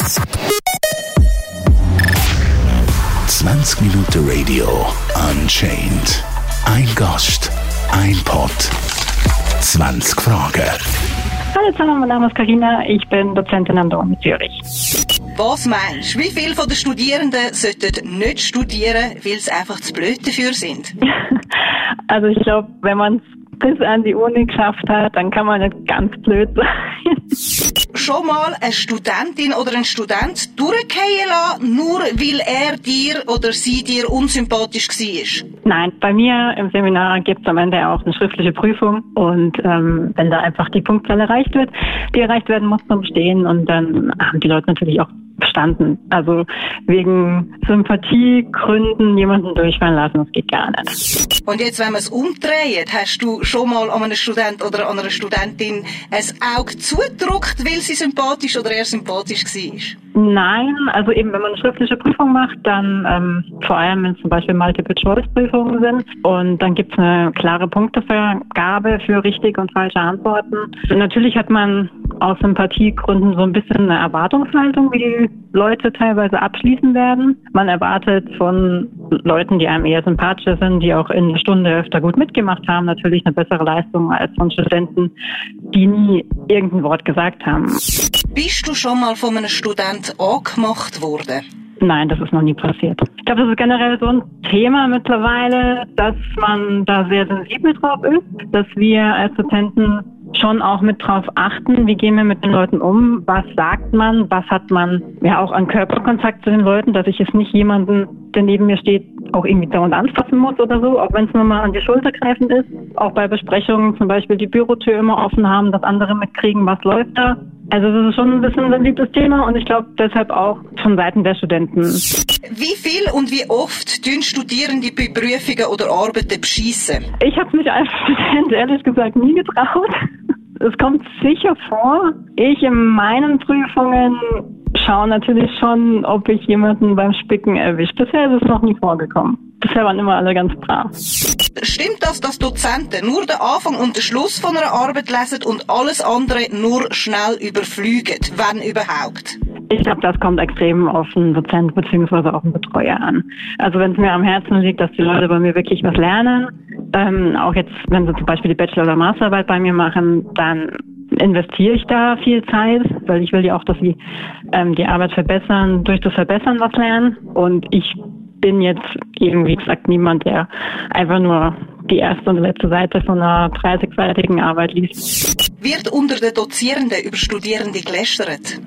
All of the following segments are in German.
20 Minuten Radio Unchained. Ein Gast, ein Pod, 20 Fragen. Hallo zusammen, mein Name ist Carina, ich bin Dozentin an der Uni Zürich. Was meinst du, wie viele von den Studierenden sollten nicht studieren, weil sie einfach zu blöd dafür sind? Also ich glaube, wenn man es bis an die Uni geschafft hat, dann kann man nicht ganz blöd sein. Schon mal eine Studentin oder einen Student durchgehen lassen, nur weil er dir oder sie dir unsympathisch war? Nein, bei mir im Seminar gibt es am Ende auch eine schriftliche Prüfung und wenn da einfach die Punktzahl erreicht wird, die erreicht werden muss, zum Bestehen, und dann haben die Leute natürlich auch bestanden. Also wegen Sympathiegründen jemanden durchfallen lassen, das geht gar nicht. Und jetzt, wenn man es umdreht, hast du schon mal an einem Student oder an einer Studentin ein Auge zugedrückt, weil sie sympathisch oder eher sympathisch war? Nein, also eben, wenn man eine schriftliche Prüfung macht, dann vor allem, wenn es zum Beispiel Multiple-Choice-Prüfungen sind, und dann gibt es eine klare Punktevergabe für richtige und falsche Antworten. Und natürlich hat man aus Sympathiegründen so ein bisschen eine Erwartungshaltung, wie die Leute teilweise abschließen werden. Man erwartet von Leuten, die einem eher sympathischer sind, die auch in der Stunde öfter gut mitgemacht haben, natürlich eine bessere Leistung als von Studenten, die nie irgendein Wort gesagt haben. Bist du schon mal von einem Student angemacht worden? Nein, das ist noch nie passiert. Ich glaube, das ist generell so ein Thema mittlerweile, dass man da sehr sensibel drauf ist, dass wir als Dozenten schon auch mit drauf achten, wie gehen wir mit den Leuten um, was sagt man, was hat man ja auch an Körperkontakt zu den Leuten, dass ich jetzt nicht jemanden, der neben mir steht, auch irgendwie dauernd anfassen muss oder so, auch wenn es nur mal an die Schulter greifend ist. Auch bei Besprechungen zum Beispiel die Bürotür immer offen haben, dass andere mitkriegen, was läuft da. Also das ist schon ein bisschen ein sensibles Thema, und ich glaube deshalb auch von Seiten der Studenten. Wie viel und wie oft tun Studierende bei Prüfungen oder Arbeiten beschissen? Ich habe mich als Student ehrlich gesagt nie getraut. Es kommt sicher vor. Ich in meinen Prüfungen schaue natürlich schon, ob ich jemanden beim Spicken erwische. Bisher ist es noch nie vorgekommen. Bisher waren immer alle ganz brav. Stimmt das, dass Dozenten nur den Anfang und den Schluss von einer Arbeit lesen und alles andere nur schnell überfliegen, wenn überhaupt? Ich glaube, das kommt extrem auf den Dozent bzw. auf den Betreuer an. Also wenn es mir am Herzen liegt, dass die Leute bei mir wirklich was lernen, auch jetzt, wenn sie zum Beispiel die Bachelor- oder Masterarbeit bei mir machen, dann investiere ich da viel Zeit, weil ich will ja auch, dass sie die Arbeit verbessern, durch das Verbessern was lernen. Und ich bin jetzt eben, wie gesagt, niemand, der einfach nur die erste und letzte Seite von einer 30-seitigen Arbeit liest. Wird unter den Dozierenden über Studierende gelästert?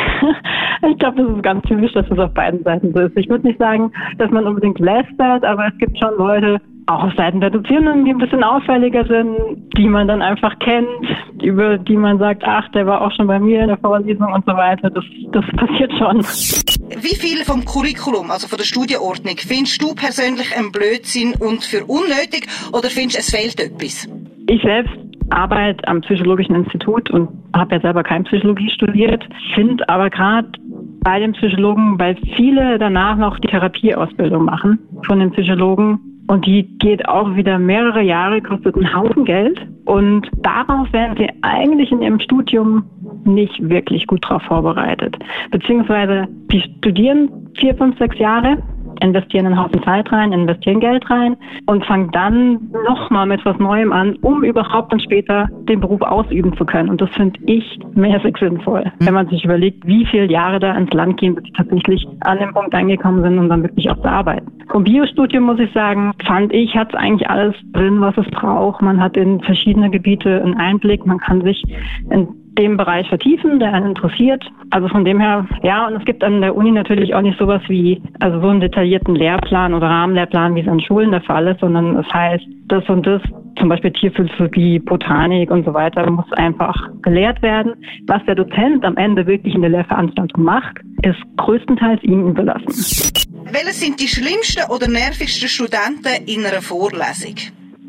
Ich glaube, das ist ganz typisch, dass es auf beiden Seiten so ist. Ich würde nicht sagen, dass man unbedingt lästert, aber es gibt schon Leute, auch auf Seiten der Dozierenden, die ein bisschen auffälliger sind, die man dann einfach kennt, über die man sagt, ach, der war auch schon bei mir in der Vorlesung und so weiter. Das passiert schon. Wie viel vom Curriculum, also von der Studienordnung, findest du persönlich ein Blödsinn und für unnötig, oder findest du, es fehlt etwas? Ich selbst arbeite am Psychologischen Institut und habe ja selber keine Psychologie studiert, finde aber gerade bei den Psychologen, weil viele danach noch die Therapieausbildung machen von den Psychologen, und die geht auch wieder mehrere Jahre, kostet einen Haufen Geld, und darauf werden sie eigentlich in ihrem Studium nicht wirklich gut drauf vorbereitet. Beziehungsweise die studieren 4, 5, 6 Jahre, investieren einen Haufen Zeit rein, investieren Geld rein und fangen dann nochmal mit was Neuem an, um überhaupt dann später den Beruf ausüben zu können. Und das finde ich mäßig sinnvoll, wenn man sich überlegt, wie viele Jahre da ins Land gehen, bis sie tatsächlich an den Punkt angekommen sind, um dann wirklich auch zu arbeiten. Vom Biostudium, muss ich sagen, fand ich, hat es eigentlich alles drin, was es braucht. Man hat in verschiedene Gebiete einen Einblick, man kann sich in dem Bereich vertiefen, der einen interessiert. Also von dem her, ja, und es gibt an der Uni natürlich auch nicht sowas wie, also so einen detaillierten Lehrplan oder Rahmenlehrplan, wie es an Schulen der Fall ist, sondern es heißt, das und das, zum Beispiel Tierphysiologie, Botanik und so weiter, muss einfach gelehrt werden. Was der Dozent am Ende wirklich in der Lehrveranstaltung macht, ist größtenteils ihm überlassen. Welche sind die schlimmsten oder nervigsten Studenten in einer Vorlesung?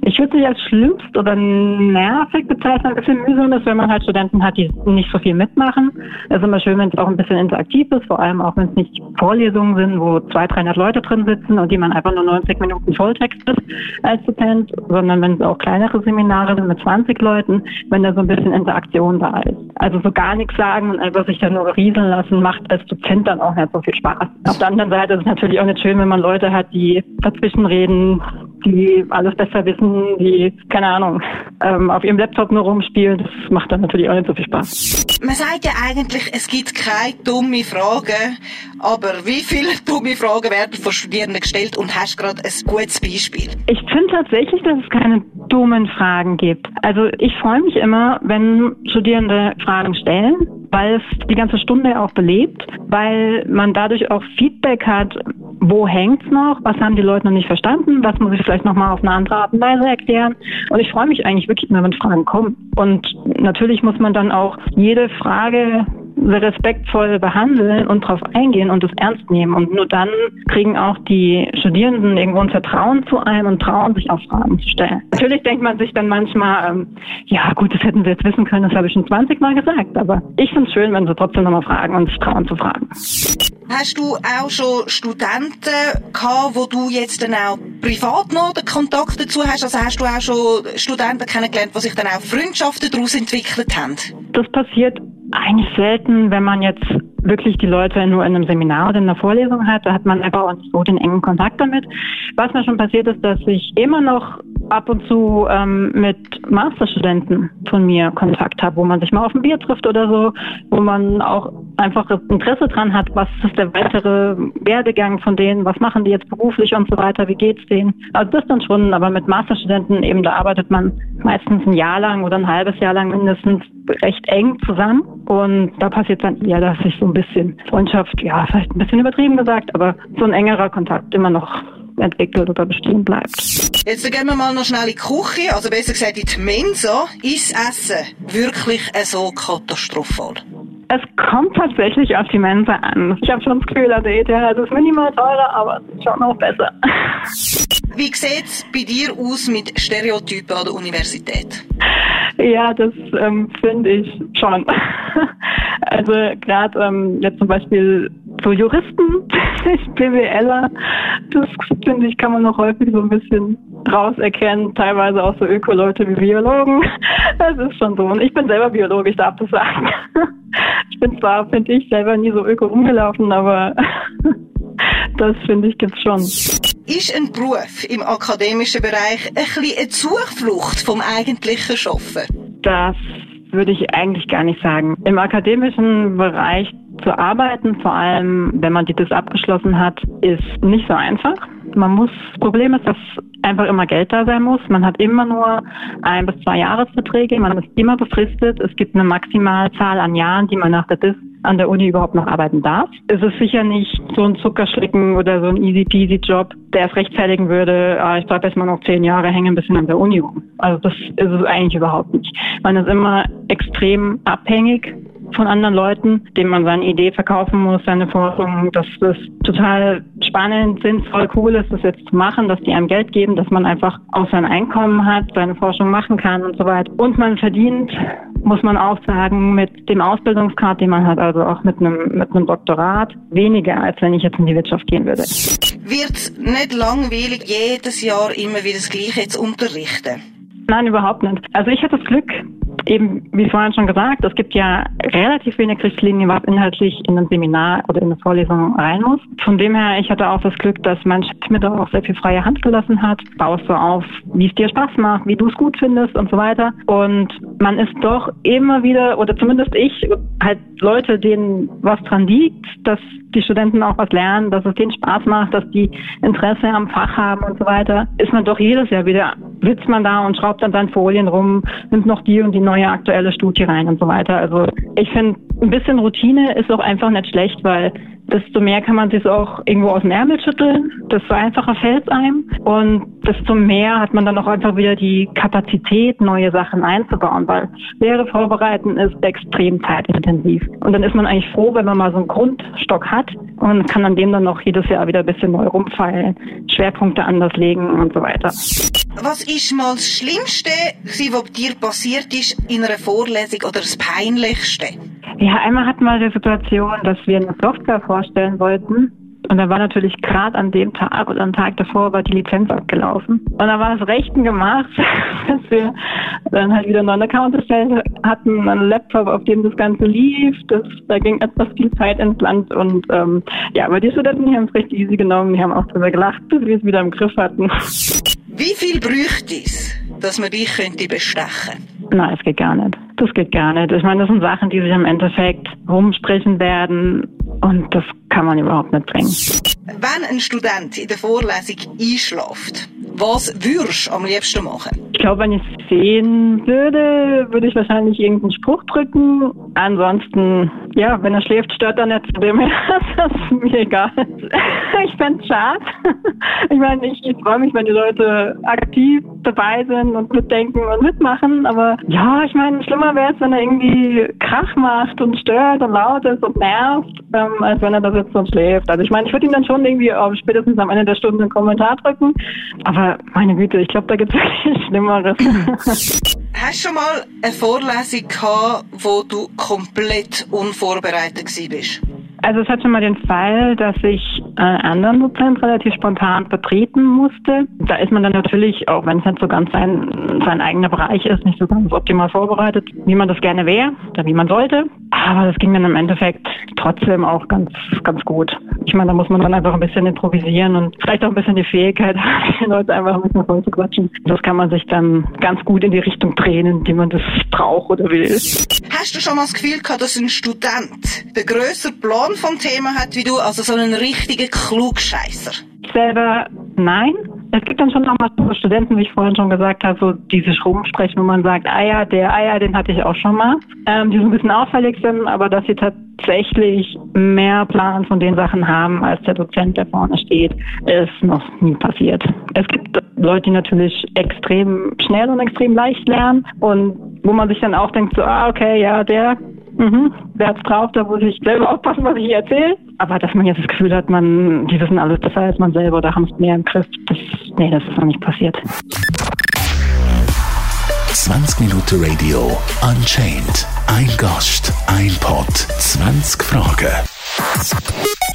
Ich würde es nicht als schlimmst oder nervig bezeichnen. Ein bisschen mühsam ist, wenn man halt Studenten hat, die nicht so viel mitmachen. Es ist immer schön, wenn es auch ein bisschen interaktiv ist, vor allem auch wenn es nicht Vorlesungen sind, wo 200-300 Leute drin sitzen und die man einfach nur 90 Minuten Volltext ist als Dozent, sondern wenn es auch kleinere Seminare sind mit 20 Leuten, wenn da so ein bisschen Interaktion da ist. Also so gar nichts sagen und einfach sich dann nur rieseln lassen, macht als Dozent dann auch nicht so viel Spaß. Auf der anderen Seite ist es natürlich auch nicht schön, wenn man Leute hat, die dazwischen reden, die alles besser wissen, die, keine Ahnung, auf ihrem Laptop nur rumspielen. Das macht dann natürlich auch nicht so viel Spaß. Man sagt ja eigentlich, es gibt keine dumme Fragen, aber wie viele dumme Fragen werden von Studierenden gestellt und hast gerade ein gutes Beispiel? Ich finde tatsächlich, dass es keine dummen Fragen gibt. Also ich freue mich immer, wenn Studierende Fragen stellen, weil es die ganze Stunde auch belebt, weil man dadurch auch Feedback hat, wo hängt's noch, was haben die Leute noch nicht verstanden, was muss ich vielleicht nochmal auf eine andere Art und Weise erklären. Und ich freue mich eigentlich wirklich immer, wenn Fragen kommen. Und natürlich muss man dann auch jede Frage sehr respektvoll behandeln und darauf eingehen und es ernst nehmen. Und nur dann kriegen auch die Studierenden irgendwo ein Vertrauen zu einem und trauen sich auch Fragen zu stellen. Natürlich denkt man sich dann manchmal, ja gut, das hätten sie jetzt wissen können, das habe ich schon 20 Mal gesagt. Aber ich finde es schön, wenn sie trotzdem nochmal fragen und sich trauen zu fragen. Hast du auch schon Studenten gehabt, wo du jetzt dann auch privat noch den Kontakt dazu hast? Also hast du auch schon Studenten kennengelernt, wo sich dann auch Freundschaften daraus entwickelt haben? Das passiert eigentlich selten, wenn man jetzt wirklich die Leute nur in einem Seminar oder in einer Vorlesung hat. Da hat man einfach auch nicht so den engen Kontakt damit. Was mir schon passiert ist, dass ich immer noch ab und zu mit Masterstudenten von mir Kontakt habe, wo man sich mal auf ein Bier trifft oder so, wo man auch einfach Interesse dran hat, was ist der weitere Werdegang von denen, was machen die jetzt beruflich und so weiter, wie geht's denen. Also das dann schon, aber mit Masterstudenten eben, da arbeitet man meistens ein Jahr lang oder ein halbes Jahr lang mindestens recht eng zusammen und da passiert dann eher, dass sich so ein bisschen Freundschaft, ja, vielleicht ein bisschen übertrieben gesagt, aber so ein engerer Kontakt immer noch entwickelt oder bestehen bleibt. Jetzt gehen wir mal noch schnell in die Küche, also besser gesagt in die Mensa. Ist Essen wirklich so katastrophal? Es kommt tatsächlich auf die Mensa an. Ich habe schon das Gefühl, also ETH ist minimal teurer, aber es ist schon noch besser. Wie sieht's bei dir aus mit Stereotypen an der Universität? Ja, das finde ich schon. Also gerade jetzt zum Beispiel so Juristen, BWLer, das finde ich, kann man noch häufig so ein bisschen draus erkennen, teilweise auch so Öko-Leute wie Biologen. Das ist schon so. Und ich bin selber Biologe, ich darf das sagen. Ich bin zwar, finde ich, selber nie so öko rumgelaufen, aber das finde ich gibt's schon. Ist ein Beruf im akademischen Bereich ein bisschen eine Zuflucht vom eigentlichen Arbeiten? Das würde ich eigentlich gar nicht sagen. Im akademischen Bereich zu arbeiten, vor allem wenn man die DIS abgeschlossen hat, ist nicht so einfach. Das Problem ist, dass einfach immer Geld da sein muss. Man hat immer nur 1 bis 2 Jahresverträge, man ist immer befristet. Es gibt eine Maximalzahl an Jahren, die man nach der DIS an der Uni überhaupt noch arbeiten darf. Es ist sicher nicht so ein Zuckerschlecken oder so ein easy-peasy-Job, der es rechtfertigen würde, ich bleibe jetzt mal noch 10 Jahre, hänge ein bisschen an der Uni rum. Also das ist es eigentlich überhaupt nicht. Man ist immer extrem abhängig von anderen Leuten, denen man seine Idee verkaufen muss, seine Forschung, dass das total spannend, sinnvoll, cool ist, das jetzt zu machen, dass die einem Geld geben, dass man einfach auch sein Einkommen hat, seine Forschung machen kann und so weiter. Und man verdient, muss man auch sagen, mit dem Ausbildungsgrad, den man hat, also auch mit einem Doktorat, weniger, als wenn ich jetzt in die Wirtschaft gehen würde. Wird nicht langweilig, jedes Jahr immer wieder das Gleiche zu unterrichten? Nein, überhaupt nicht. Also ich hatte das Glück, eben, wie vorhin schon gesagt, es gibt ja relativ wenig Richtlinien, was inhaltlich in ein Seminar oder in eine Vorlesung rein muss. Von dem her, ich hatte auch das Glück, dass mein Chef mir da auch sehr viel freie Hand gelassen hat. Baust so auf, wie es dir Spaß macht, wie du es gut findest und so weiter. Und man ist doch immer wieder, oder zumindest ich, halt Leute, denen was dran liegt, dass die Studenten auch was lernen, dass es denen Spaß macht, dass die Interesse am Fach haben und so weiter, ist man doch jedes Jahr wieder, sitzt man da und schraubt an seinen Folien rum, nimmt noch die und die neue aktuelle Studie rein und so weiter. Also ich finde, ein bisschen Routine ist auch einfach nicht schlecht, weil desto mehr kann man sich auch irgendwo aus dem Ärmel schütteln, desto einfacher fällt es einem und desto mehr hat man dann auch einfach wieder die Kapazität, neue Sachen einzubauen, weil Lehre vorbereiten ist extrem zeitintensiv. Und dann ist man eigentlich froh, wenn man mal so einen Grundstock hat und kann an dem dann noch jedes Jahr wieder ein bisschen neu rumfeilen, Schwerpunkte anders legen und so weiter. Was ist mal das Schlimmste, was dir passiert ist in einer Vorlesung oder das Peinlichste? Ja, einmal hatten wir die Situation, dass wir eine Software vorstellen wollten. Und dann war natürlich gerade an dem Tag oder am Tag davor war die Lizenz abgelaufen. Und dann war es rechten gemacht, dass wir dann halt wieder einen neuen Account erstellt hatten, einen Laptop, auf dem das Ganze lief. Da ging etwas viel Zeit ins Land. Und aber die Studenten, die haben es richtig easy genommen, die haben auch drüber gelacht, bis wir es wieder im Griff hatten. Wie viel bräuchte es, dass man dich könnte bestechen? Nein, das geht gar nicht. Das geht gar nicht. Ich meine, das sind Sachen, die sich im Endeffekt rumsprechen werden und das kann man überhaupt nicht bringen. Wenn ein Student in der Vorlesung einschläft, was würdest du am liebsten machen? Ich glaube, wenn ich es sehen würde, würde ich wahrscheinlich irgendeinen Spruch drücken. Ansonsten, ja, wenn er schläft, stört er nicht. Zu dem her ist das mir egal. Ich fände es schade. Ich meine, ich freue mich, wenn die Leute aktiv dabei sind und mitdenken und mitmachen. Aber ja, ich meine, schlimmer wäre es, wenn er irgendwie Krach macht und stört und laut ist und nervt, als wenn er da sitzt und schläft. Also ich meine, ich würde ihm dann schon irgendwie spätestens am Ende der Stunde einen Kommentar drücken. Aber meine Güte, ich glaube, da gibt es wirklich Schlimmeres. Hast du schon mal eine Vorlesung gehabt, wo du komplett unvorbereitet bist? Also es hat schon mal den Fall, dass ich einen anderen Dozent relativ spontan vertreten musste. Da ist man dann natürlich, auch wenn es nicht so ganz sein eigener Bereich ist, nicht so ganz optimal vorbereitet, wie man das gerne wäre oder wie man sollte. Aber das ging dann im Endeffekt trotzdem auch ganz, ganz gut. Ich meine, da muss man dann einfach ein bisschen improvisieren und vielleicht auch ein bisschen die Fähigkeit haben, die Leute einfach ein bisschen voll zu quatschen. Das kann man sich dann ganz gut in die Richtung drehen, in die man das braucht oder will. Hast du schon mal das Gefühl gehabt, dass ein Student den grösseren Plan vom Thema hat wie du, also so einen richtigen Klugscheisser? Selber nein. Es gibt dann schon noch mal so Studenten, wie ich vorhin schon gesagt habe, so diese Rumsprechen, wo man sagt, den hatte ich auch schon mal. Die so ein bisschen auffällig sind, aber dass sie tatsächlich mehr Plan von den Sachen haben, als der Dozent, der vorne steht, ist noch nie passiert. Es gibt Leute, die natürlich extrem schnell und extrem leicht lernen und wo man sich dann auch denkt, so, der hat's drauf, da muss ich selber aufpassen, was ich hier erzähle. Aber dass man jetzt das Gefühl hat, die wissen alles besser als man selber oder haben es mehr im Griff, das ist noch nicht passiert. 20 Minuten Radio Unchained. Ein Gast, ein Pod, 20 Fragen.